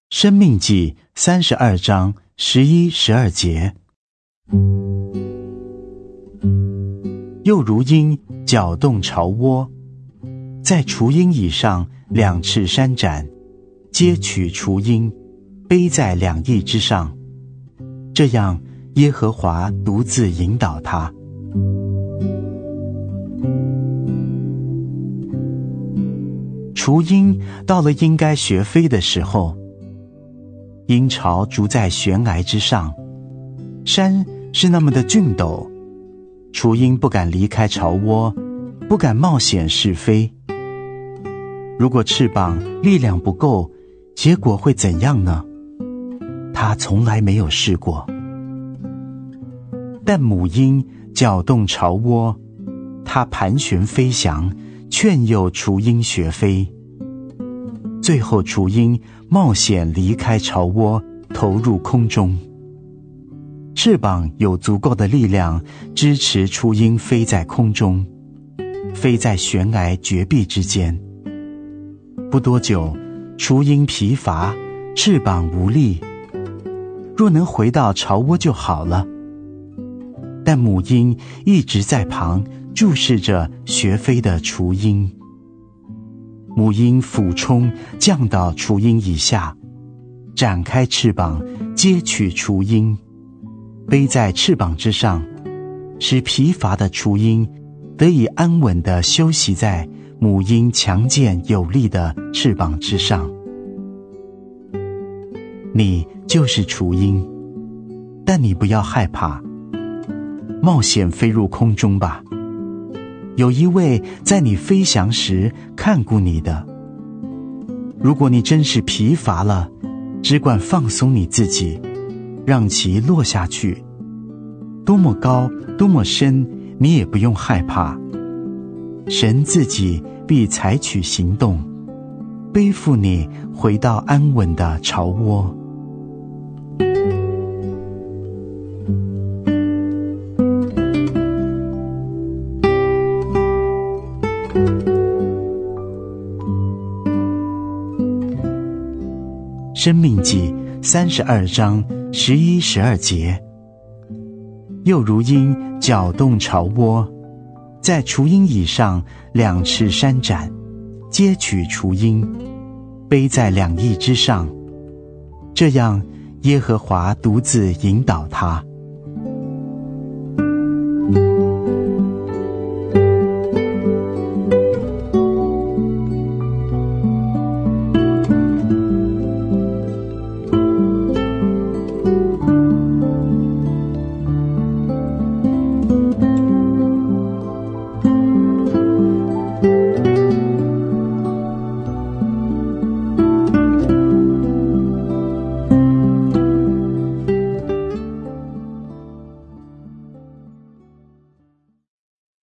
申命记32章11、12节。又如鹰搅动巢窝，在雏鹰以上2翅扇展，接取雏鹰，背在2翼之上。这样耶和华独自引导他。雏鹰到了应该学飞的时候，鹰巢筑在悬崖之上，山是那么的峻陡，雏鹰不敢离开巢窝，不敢冒险试飞。如果翅膀力量不够，结果会怎样呢？他从来没有试过。但母鹰搅动巢窝，它盘旋飞翔，劝诱雏鹰学飞。最后雏鹰冒险离开巢窝，投入空中。翅膀有足够的力量支持雏鹰飞在空中，飞在悬崖绝壁之间。不多久，雏鹰疲乏，翅膀无力，若能回到巢窝就好了。但母鹰一直在旁注视着学飞的雏鹰。母鹰俯冲降到雏鹰以下，展开翅膀接取雏鹰，背在翅膀之上，使疲乏的雏鹰得以安稳地休息在母鹰强健有力的翅膀之上。你就是雏鹰，但你不要害怕，冒险飞入空中吧。有一位在你飞翔时看顾你的。如果你真是疲乏了，只管放松你自己，让其落下去。多么高，多么深，你也不用害怕。神自己必采取行动，背负你回到安稳的巢窝。申命记32章11、12节。又如鹰搅动巢窝，在雏鹰以上2翅扇展，接取雏鹰，背在2翼之上。这样耶和华独自引导他。